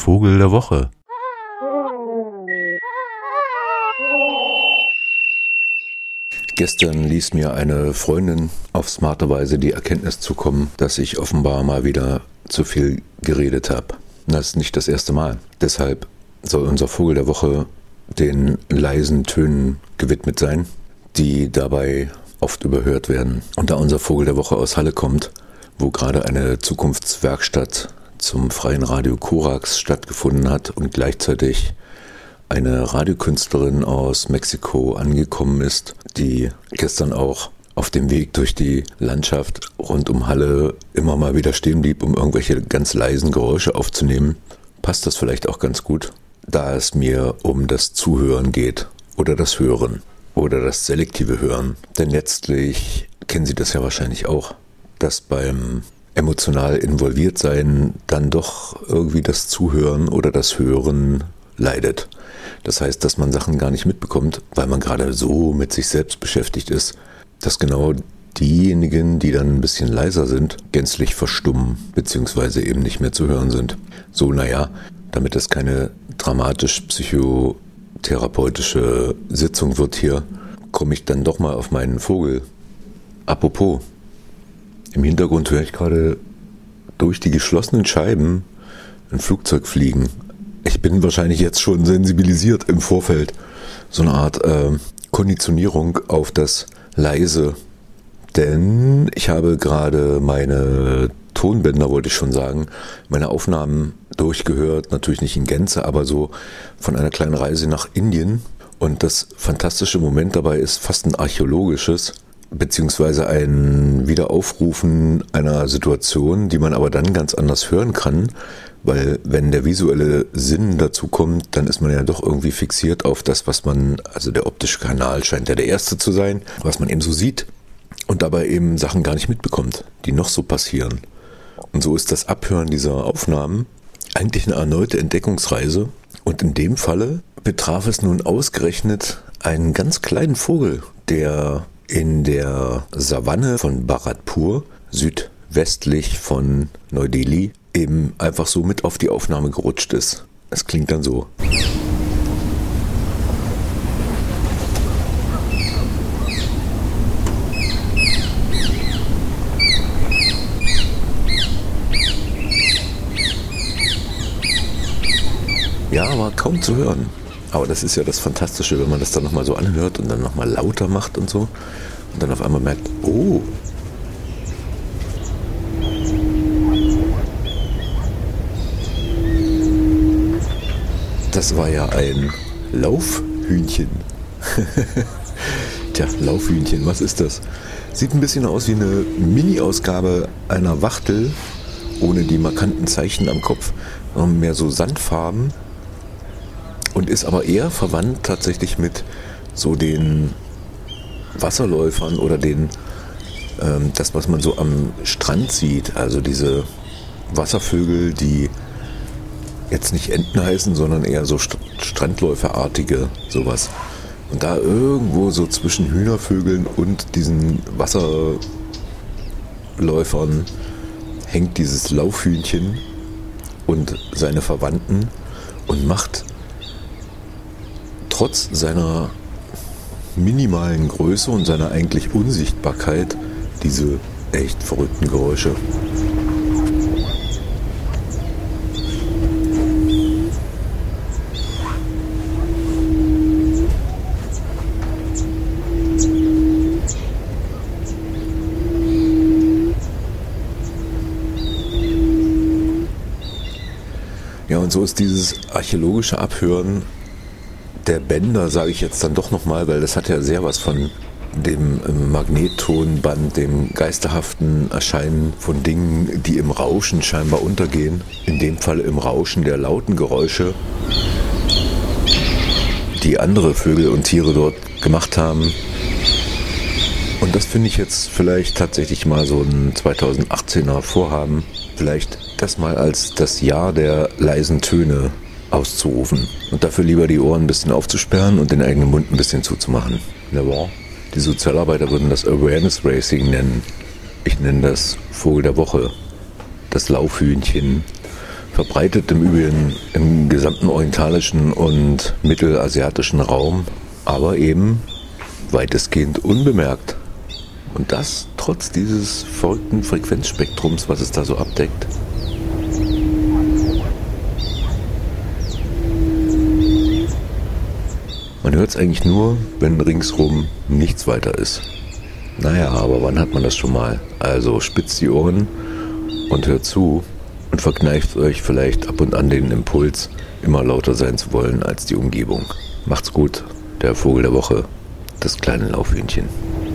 Vogel der Woche. Gestern ließ mir eine Freundin auf smarte Weise die Erkenntnis zukommen, dass ich offenbar mal wieder zu viel geredet habe. Das ist nicht das erste Mal. Deshalb soll unser Vogel der Woche den leisen Tönen gewidmet sein, die dabei oft überhört werden. Und da unser Vogel der Woche aus Halle kommt, wo gerade eine Zukunftswerkstatt zum freien Radio Korax stattgefunden hat und gleichzeitig eine Radiokünstlerin aus Mexiko angekommen ist, die gestern auch auf dem Weg durch die Landschaft rund um Halle immer mal wieder stehen blieb, um irgendwelche ganz leisen Geräusche aufzunehmen, passt das vielleicht auch ganz gut, da es mir um das Zuhören geht oder das Hören oder das selektive Hören. Denn letztlich kennen Sie das ja wahrscheinlich auch, dass beim emotional involviert sein dann doch irgendwie das Zuhören oder das Hören leidet. Das heißt, dass man Sachen gar nicht mitbekommt, weil man gerade so mit sich selbst beschäftigt ist, dass genau diejenigen, die dann ein bisschen leiser sind, gänzlich verstummen bzw. eben nicht mehr zu hören sind. So, damit es keine dramatisch-psychotherapeutische Sitzung wird hier, komme ich dann doch mal auf meinen Vogel. Apropos, im Hintergrund höre ich gerade durch die geschlossenen Scheiben ein Flugzeug fliegen. Ich bin wahrscheinlich jetzt schon sensibilisiert im Vorfeld. So eine Art Konditionierung auf das Leise. Denn ich habe gerade meine Tonbänder, wollte ich schon sagen, meine Aufnahmen durchgehört. Natürlich nicht in Gänze, aber so von einer kleinen Reise nach Indien. Und das fantastische Moment dabei ist fast ein archäologisches, beziehungsweise ein Wiederaufrufen einer Situation, die man aber dann ganz anders hören kann, weil wenn der visuelle Sinn dazu kommt, dann ist man ja doch irgendwie fixiert auf das, was man, also der optische Kanal scheint ja der erste zu sein, was man eben so sieht und dabei eben Sachen gar nicht mitbekommt, die noch so passieren. Und so ist das Abhören dieser Aufnahmen eigentlich eine erneute Entdeckungsreise und in dem Falle betraf es nun ausgerechnet einen ganz kleinen Vogel, der in der Savanne von Bharatpur, südwestlich von Neu-Delhi, eben einfach so mit auf die Aufnahme gerutscht ist. Es klingt dann so. Ja, war kaum zu hören. Aber das ist ja das Fantastische, wenn man das dann nochmal so anhört und dann nochmal lauter macht und so. Und dann auf einmal merkt, oh. Das war ja ein Laufhühnchen. Tja, Laufhühnchen, was ist das? Sieht ein bisschen aus wie eine Mini-Ausgabe einer Wachtel, ohne die markanten Zeichen am Kopf, sondern mehr so Sandfarben. Und ist aber eher verwandt tatsächlich mit so den Wasserläufern oder das, was man so am Strand sieht. Also diese Wasservögel, die jetzt nicht Enten heißen, sondern eher so Strandläuferartige, sowas. Und da irgendwo so zwischen Hühnervögeln und diesen Wasserläufern hängt dieses Laufhühnchen und seine Verwandten und macht trotz seiner minimalen Größe und seiner eigentlich Unsichtbarkeit diese echt verrückten Geräusche. Ja, und so ist dieses archäologische Abhören der Bänder, sage ich jetzt dann doch nochmal, weil das hat ja sehr was von dem Magnettonband, dem geisterhaften Erscheinen von Dingen, die im Rauschen scheinbar untergehen. In dem Fall im Rauschen der lauten Geräusche, die andere Vögel und Tiere dort gemacht haben. Und das finde ich jetzt vielleicht tatsächlich mal so ein 2018er Vorhaben, vielleicht das mal als das Jahr der leisen Töne auszurufen und dafür lieber die Ohren ein bisschen aufzusperren und den eigenen Mund ein bisschen zuzumachen. Die Sozialarbeiter würden das Awareness Racing nennen. Ich nenne das Vogel der Woche, das Laufhühnchen Verbreitet im Übrigen im gesamten orientalischen und mittelasiatischen Raum, aber eben weitestgehend unbemerkt. Und das trotz dieses verrückten Frequenzspektrums, was es da so abdeckt. Man hört es eigentlich nur, wenn ringsrum nichts weiter ist. Naja, aber wann hat man das schon mal? Also spitzt die Ohren und hört zu und verkneift euch vielleicht ab und an den Impuls, immer lauter sein zu wollen als die Umgebung. Macht's gut, der Vogel der Woche, das kleine Laufhühnchen.